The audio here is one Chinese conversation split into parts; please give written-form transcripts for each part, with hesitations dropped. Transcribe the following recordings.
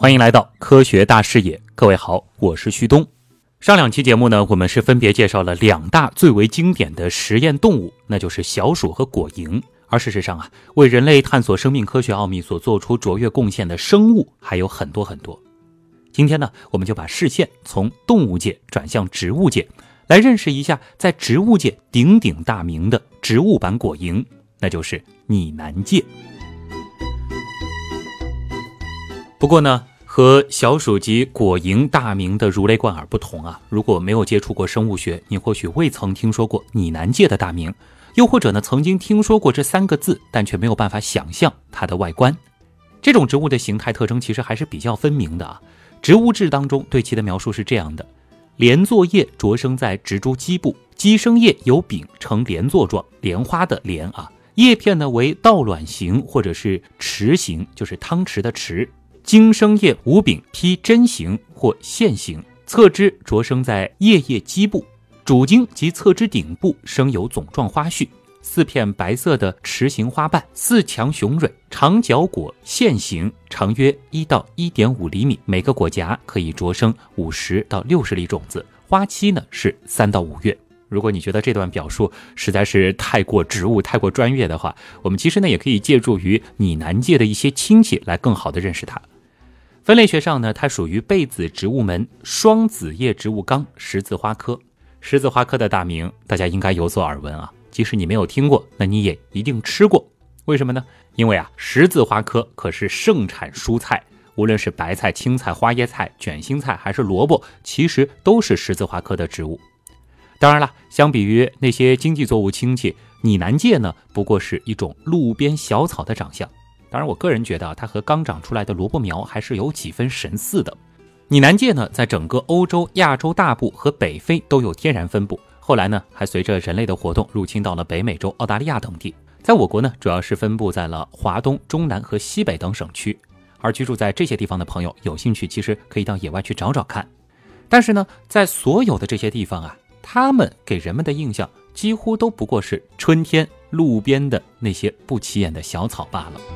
欢迎来到科学大视野，各位好，我是旭东。上两期节目呢，我们是分别介绍了两大最为经典的实验动物，那就是小鼠和果蝇。而事实上啊，为人类探索生命科学奥秘所做出卓越贡献的生物还有很多很多。今天呢，我们就把视线从动物界转向植物界，来认识一下在植物界鼎鼎大名的植物版果蝇，那就是拟南芥。不过呢，和小鼠及果蝇大名的如雷贯耳不同啊，如果没有接触过生物学，你或许未曾听说过拟南芥的大名，又或者呢曾经听说过这三个字，但却没有办法想象它的外观。这种植物的形态特征其实还是比较分明的啊。植物志当中对其的描述是这样的：莲座叶着生在植株基部，基生叶有柄，呈莲座状，莲花的莲啊。叶片呢为倒卵形或者是匙形，就是汤匙的匙。茎生叶无柄，披针形或线形，侧枝着生在叶基部，主茎及侧枝顶部生有总状花序，四片白色的匙形花瓣，四强雄蕊，长角果，线形，长约1到1.5厘米，每个果荚可以着生50到60粒种子，花期呢是3到5月。如果你觉得这段表述实在是太过植物太过专业的话，我们其实呢也可以借助于拟南芥的一些亲戚来更好的认识它。分类学上呢，它属于被子植物门双子叶植物纲十字花科。十字花科的大名大家应该有所耳闻啊，即使你没有听过，那你也一定吃过。为什么呢？因为啊，十字花科可是盛产蔬菜，无论是白菜、青菜、花椰菜、卷心菜还是萝卜，其实都是十字花科的植物。当然了，相比于那些经济作物亲戚，拟南芥呢不过是一种路边小草的长相。当然我个人觉得它和刚长出来的萝卜苗还是有几分神似的。拟南芥呢在整个欧洲、亚洲大部和北非都有天然分布，后来呢还随着人类的活动入侵到了北美洲、澳大利亚等地。在我国呢主要是分布在了华东、中南和西北等省区，而居住在这些地方的朋友有兴趣其实可以到野外去找找看。但是呢在所有的这些地方啊，他们给人们的印象几乎都不过是春天路边的那些不起眼的小草罢了。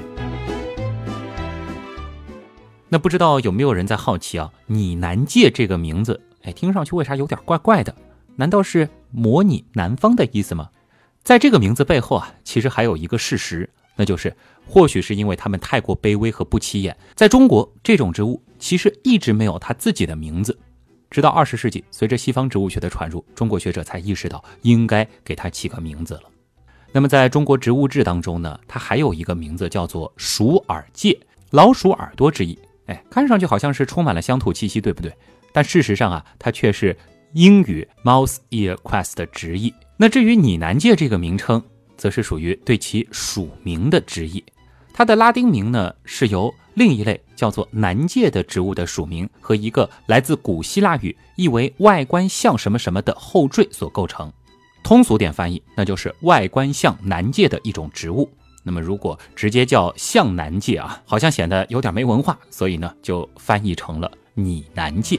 那不知道有没有人在好奇啊，拟南芥这个名字，听上去为啥有点怪怪的？难道是模拟南方的意思吗？在这个名字背后啊，其实还有一个事实，那就是或许是因为它们太过卑微和不起眼，在中国这种植物其实一直没有它自己的名字。直到20世纪，随着西方植物学的传入，中国学者才意识到应该给它起个名字了。那么在中国植物志当中呢，它还有一个名字叫做鼠耳芥，老鼠耳朵之意。看上去好像是充满了乡土气息，对不对？但事实上啊，它却是英语 mouse ear cress 的直译。那至于拟南芥这个名称，则是属于对其属名的直译。它的拉丁名呢，是由另一类叫做南芥的植物的属名和一个来自古希腊语意为外观像什么什么的后缀所构成。通俗点翻译，那就是外观像南芥的一种植物。那么如果直接叫像南芥啊，好像显得有点没文化，所以呢就翻译成了拟南芥。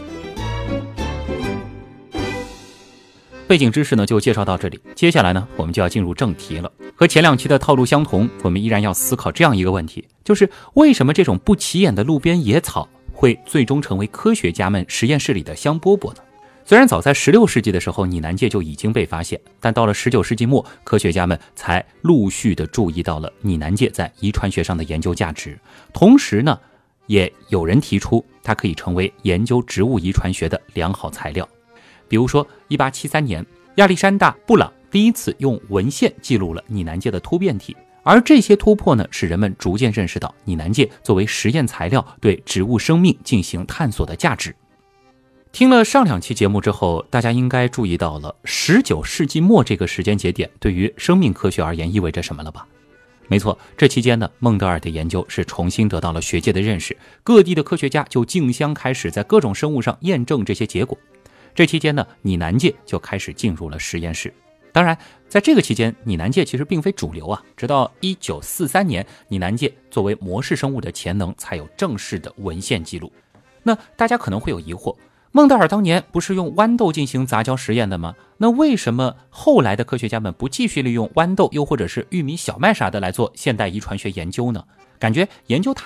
背景知识呢就介绍到这里，接下来呢我们就要进入正题了。和前两期的套路相同，我们依然要思考这样一个问题，就是为什么这种不起眼的路边野草会最终成为科学家们实验室里的香饽饽呢？虽然早在16世纪的时候拟南芥就已经被发现，但到了19世纪末，科学家们才陆续的注意到了拟南芥在遗传学上的研究价值。同时呢，也有人提出它可以成为研究植物遗传学的良好材料。比如说1873年，亚历山大·布朗第一次用文献记录了拟南芥的突变体，而这些突破呢，使人们逐渐认识到拟南芥作为实验材料对植物生命进行探索的价值。听了上两期节目之后，大家应该注意到了19世纪末这个时间节点对于生命科学而言意味着什么了吧？没错，这期间呢，孟德尔的研究是重新得到了学界的认识，各地的科学家就竞相开始在各种生物上验证这些结果。这期间呢，拟南芥就开始进入了实验室。当然，在这个期间，拟南芥其实并非主流啊，直到1943年，拟南芥作为模式生物的潜能才有正式的文献记录。那大家可能会有疑惑，孟德尔当年不是用豌豆进行杂交实验的吗？那为什么后来的科学家们不继续利用豌豆又或者是玉米、小麦啥的来做现代遗传学研究呢？感觉研究它们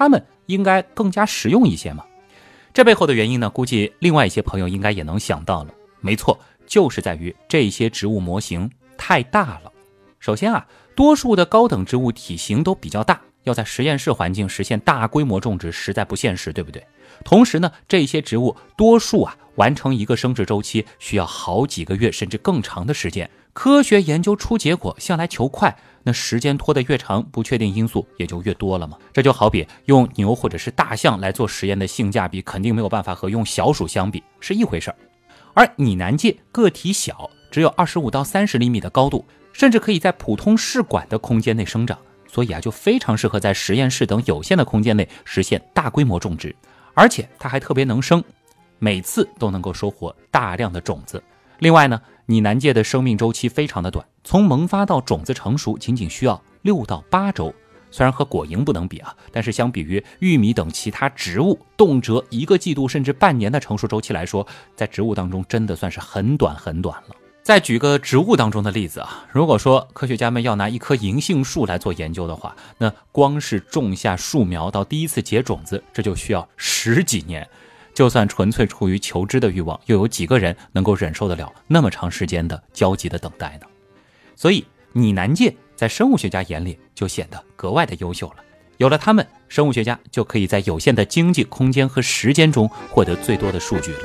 应该更加实用一些嘛。这背后的原因呢，估计另外一些朋友应该也能想到了，没错，就是在于这些植物模型太大了。首先啊，多数的高等植物体型都比较大，要在实验室环境实现大规模种植实在不现实，对不对？同时呢，这些植物多数完成一个生殖周期需要好几个月甚至更长的时间，科学研究出结果向来求快，那时间拖得越长，不确定因素也就越多了嘛。这就好比用牛或者是大象来做实验的性价比肯定没有办法和用小鼠相比，是一回事儿。而拟南芥个体小，只有25到30厘米的高度，甚至可以在普通试管的空间内生长，所以就非常适合在实验室等有限的空间内实现大规模种植。而且它还特别能生，每次都能够收获大量的种子。另外呢，拟南芥的生命周期非常的短，从萌发到种子成熟仅仅需要6到8周。虽然和果蝇不能比但是相比于玉米等其他植物动辄1个季度甚至半年的成熟周期来说，在植物当中真的算是很短很短了。再举个植物当中的例子如果说科学家们要拿一棵银杏树来做研究的话，那光是种下树苗到第一次结种子，这就需要10几年。就算纯粹出于求知的欲望，又有几个人能够忍受得了那么长时间的焦急的等待呢？所以拟南芥在生物学家眼里就显得格外的优秀了。有了它们，生物学家就可以在有限的经济空间和时间中获得最多的数据了。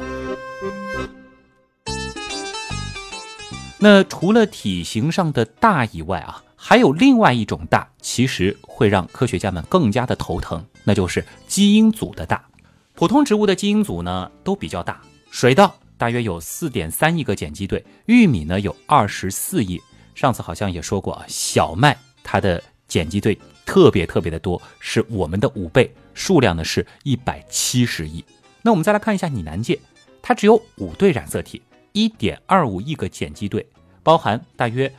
那除了体型上的大以外还有另外一种大，其实会让科学家们更加的头疼，那就是基因组的大。普通植物的基因组呢都比较大，水稻大约有 4.3 亿个碱基对，玉米呢有24亿。上次好像也说过小麦它的碱基对特别的多，是我们的5倍，数量呢是170亿。那我们再来看一下拟南芥，它只有5对染色体， 1.25 亿个碱基对，包含了大约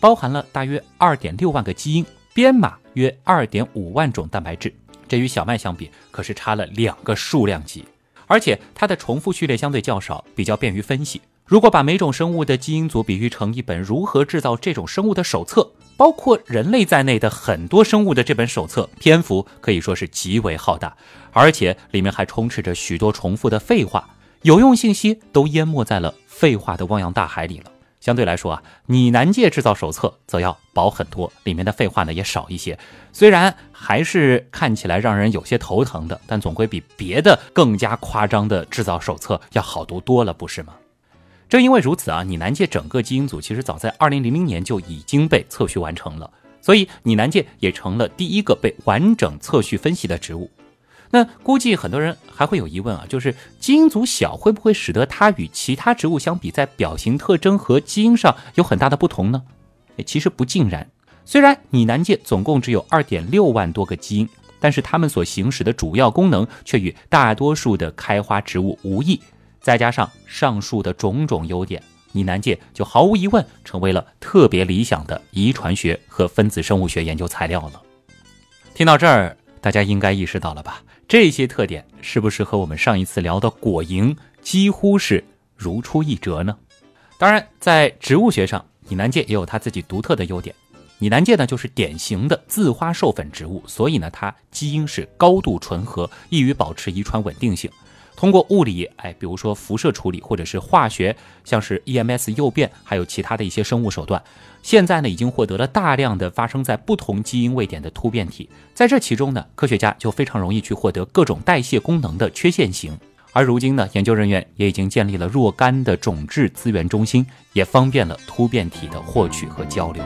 2.6 万个基因，编码约 2.5 万种蛋白质。这与小麦相比可是差了2个数量级，而且它的重复序列相对较少，比较便于分析。如果把每种生物的基因组比喻成一本如何制造这种生物的手册，包括人类在内的很多生物的这本手册，篇幅可以说是极为浩大，而且里面还充斥着许多重复的废话，有用信息都淹没在了废话的汪洋大海里了。相对来说拟南芥制造手册则要薄很多，里面的废话呢也少一些。虽然还是看起来让人有些头疼的，但总归比别的更加夸张的制造手册要好读多了，不是吗？正因为如此拟南芥整个基因组其实早在2000年就已经被测序完成了，所以拟南芥也成了第一个被完整测序分析的植物。那估计很多人还会有疑问就是基因组小会不会使得它与其他植物相比，在表型特征和基因上有很大的不同呢？其实不尽然。虽然拟南芥总共只有 2.6 万多个基因，但是它们所行使的主要功能却与大多数的开花植物无异。再加上上述的种种优点，拟南芥就毫无疑问成为了特别理想的遗传学和分子生物学研究材料了。听到这儿，大家应该意识到了吧？这些特点是不是和我们上一次聊的果蝇几乎是如出一辙呢？当然，在植物学上，拟南芥也有它自己独特的优点。拟南芥呢，就是典型的自花授粉植物，所以呢，它基因是高度纯合，易于保持遗传稳定性。通过物理，比如说辐射处理，或者是化学，像是 EMS 诱变，还有其他的一些生物手段，现在呢已经获得了大量的发生在不同基因位点的突变体。在这其中呢，科学家就非常容易去获得各种代谢功能的缺陷型。而如今呢，研究人员也已经建立了若干的种质资源中心，也方便了突变体的获取和交流。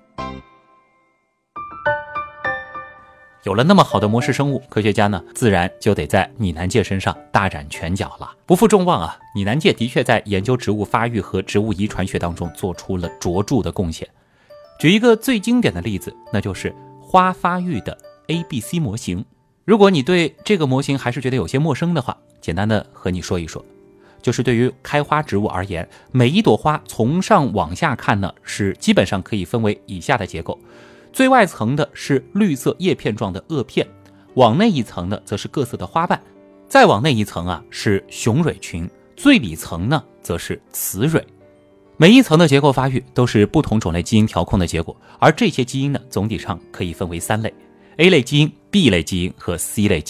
有了那么好的模式生物，科学家呢自然就得在拟南芥身上大展拳脚了。不负众望拟南芥的确在研究植物发育和植物遗传学当中做出了卓著的贡献。举一个最经典的例子，那就是花发育的 ABC 模型。如果你对这个模型还是觉得有些陌生的话，简单的和你说一说。就是对于开花植物而言，每一朵花从上往下看呢，是基本上可以分为以下的结构。最外层的是绿色叶片状的萼片，往内一层呢则是各色的花瓣，再往内一层是雄蕊群，最里层呢则是雌蕊。每一层的结构发育都是不同种类基因调控的结果，而这些基因呢总体上可以分为3类： A 类基因、B 类基因和 C 类基因。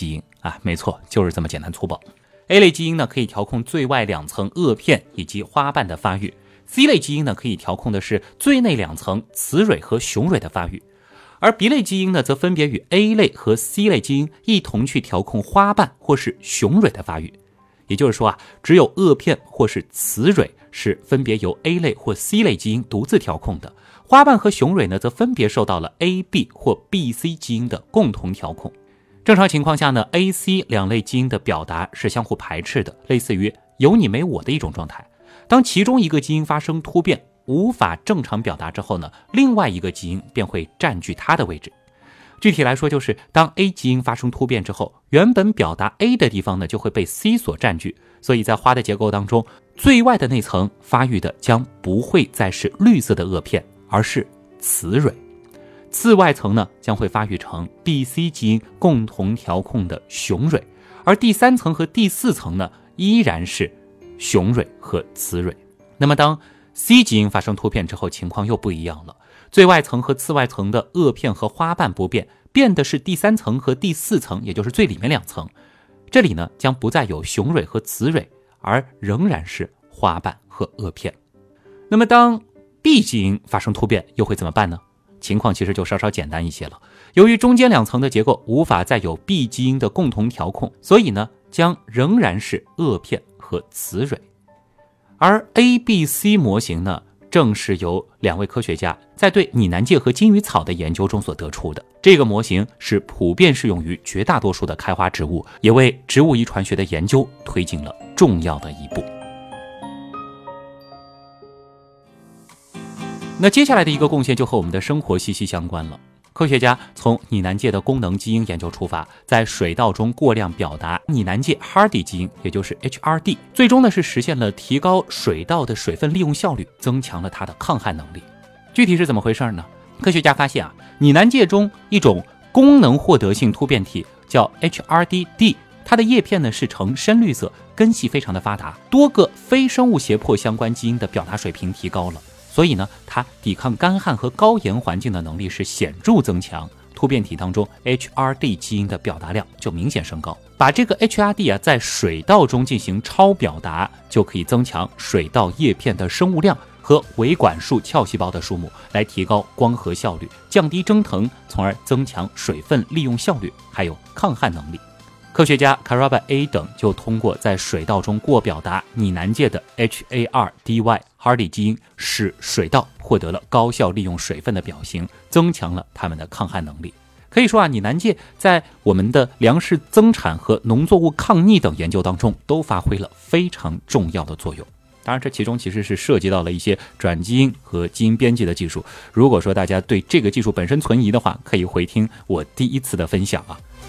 没错，就是这么简单粗暴。A 类基因呢可以调控最外2层萼片以及花瓣的发育， C 类基因呢可以调控的是最内2层雌蕊和雄蕊的发育，而 B 类基因呢则分别与 A 类和 C 类基因一同去调控花瓣或是雄蕊的发育。也就是说只有萼片或是雌蕊是分别由 A 类或 C 类基因独自调控的，花瓣和雄蕊呢则分别受到了 A、B 或 B、C 基因的共同调控。正常情况下呢 A、C 两类基因的表达是相互排斥的，类似于有你没我的一种状态。当其中一个基因发生突变，无法正常表达之后呢，另外一个基因便会占据它的位置。具体来说就是当 A 基因发生突变之后，原本表达 A 的地方呢就会被 C 所占据，所以在花的结构当中，最外的那层发育的将不会再是绿色的萼片，而是雌蕊。次外层呢将会发育成 B、C 基因共同调控的雄蕊，而第3层和第4层呢依然是雄蕊和雌蕊。那么当 C 基因发生突变之后，情况又不一样了，最外层和次外层的萼片和花瓣不变，变的是第3层和第4层，也就是最里面2层。这里呢将不再有雄蕊和雌蕊，而仍然是花瓣和萼片。那么当 B 基因发生突变又会怎么办呢？情况其实就稍稍简单一些了。由于中间2层的结构无法再有 B 基因的共同调控，所以呢将仍然是萼片和雌蕊。而 A、B、C 模型呢正是由2位科学家在对拟南芥和金鱼草的研究中所得出的。这个模型是普遍适用于绝大多数的开花植物，也为植物遗传学的研究推进了重要的一步。那接下来的一个贡献就和我们的生活息息相关了。科学家从拟南芥的功能基因研究出发，在水稻中过量表达拟南芥 Hardy 基因，也就是 HRD， 最终呢是实现了提高水稻的水分利用效率，增强了它的抗旱能力。具体是怎么回事呢？科学家发现拟南芥中一种功能获得性突变体叫 HRD-D， 它的叶片呢是呈深绿色，根系非常的发达，多个非生物胁迫相关基因的表达水平提高了，所以呢它抵抗干旱和高盐环境的能力是显著增强，突变体当中 HRD 基因的表达量就明显升高。把这个 HRD 在水稻中进行超表达，就可以增强水稻叶片的生物量和维管束鞘细胞的数目，来提高光合效率，降低蒸腾，从而增强水分利用效率，还有抗旱能力。科学家 Karaba A 等就通过在水稻中过表达拟南芥的 HARDY Hardy 基因，使水稻获得了高效利用水分的表型，增强了它们的抗旱能力。可以说拟南芥在我们的粮食增产和农作物抗逆等研究当中都发挥了非常重要的作用。当然这其中其实是涉及到了一些转基因和基因编辑的技术，如果说大家对这个技术本身存疑的话，可以回听我第1次的分享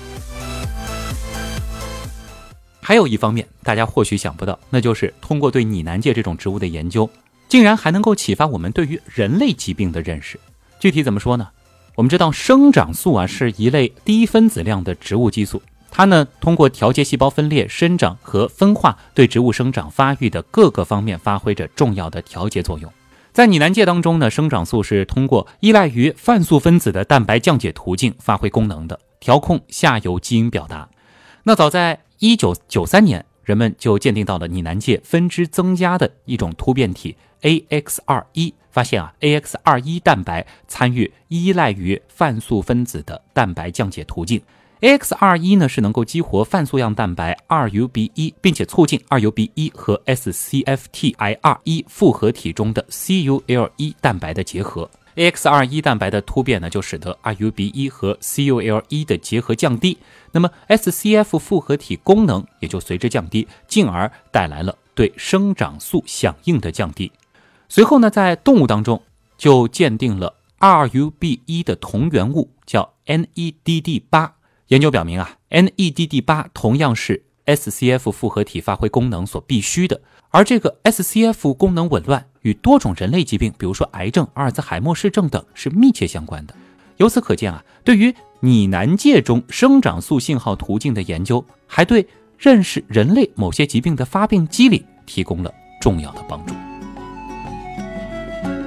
还有一方面大家或许想不到，那就是通过对拟南芥这种植物的研究，竟然还能够启发我们对于人类疾病的认识。具体怎么说呢？我们知道生长素是一类低分子量的植物激素，它呢通过调节细胞分裂、生长和分化，对植物生长发育的各个方面发挥着重要的调节作用。在拟南芥当中呢，生长素是通过依赖于泛素分子的蛋白降解途径发挥功能的，调控下游基因表达。那早在1993年，人们就鉴定到了拟南芥分支增加的一种突变体 AX21， 发现AX21 蛋白参与依赖于泛素分子的蛋白降解途径。AX21 呢是能够激活泛素样蛋白 2UB1， 并且促进 2UB1 和 SCFTIR1 复合体中的 CUL1 蛋白的结合。AX21 蛋白的突变呢，就使得 2UB1 和 CUL1 的结合降低，那么 SCF 复合体功能也就随之降低，进而带来了对生长素响应的降低。随后呢，在动物当中就鉴定了 2UB1 的同源物，叫 NEDD8。研究表明NEDD8 同样是 SCF 复合体发挥功能所必须的，而这个 SCF 功能紊乱与多种人类疾病，比如说癌症、阿尔兹海默氏症等是密切相关的。由此可见对于拟南芥中生长素信号途径的研究，还对认识人类某些疾病的发病机理提供了重要的帮助。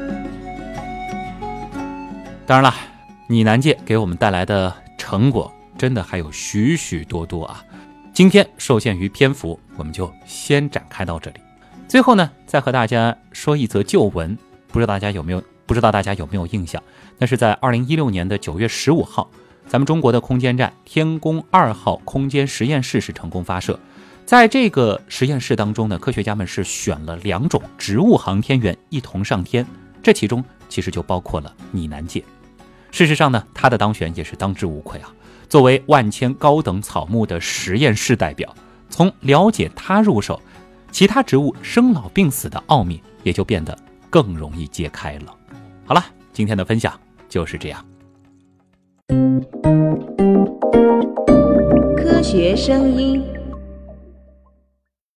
当然了，拟南芥给我们带来的成果真的还有许许多多啊。今天受限于篇幅，我们就先展开到这里。最后呢，再和大家说一则旧闻，不知道大家有没有印象？那是在2016年的9月15号，咱们中国的空间站天宫2号空间实验室是成功发射。在这个实验室当中呢，科学家们是选了2种植物航天员一同上天，这其中其实就包括了拟南芥。事实上呢，他的当选也是当之无愧啊。作为万千高等草木的实验室代表，从了解它入手，其他植物生老病死的奥秘也就变得更容易揭开了。好了，今天的分享就是这样。 科学声音。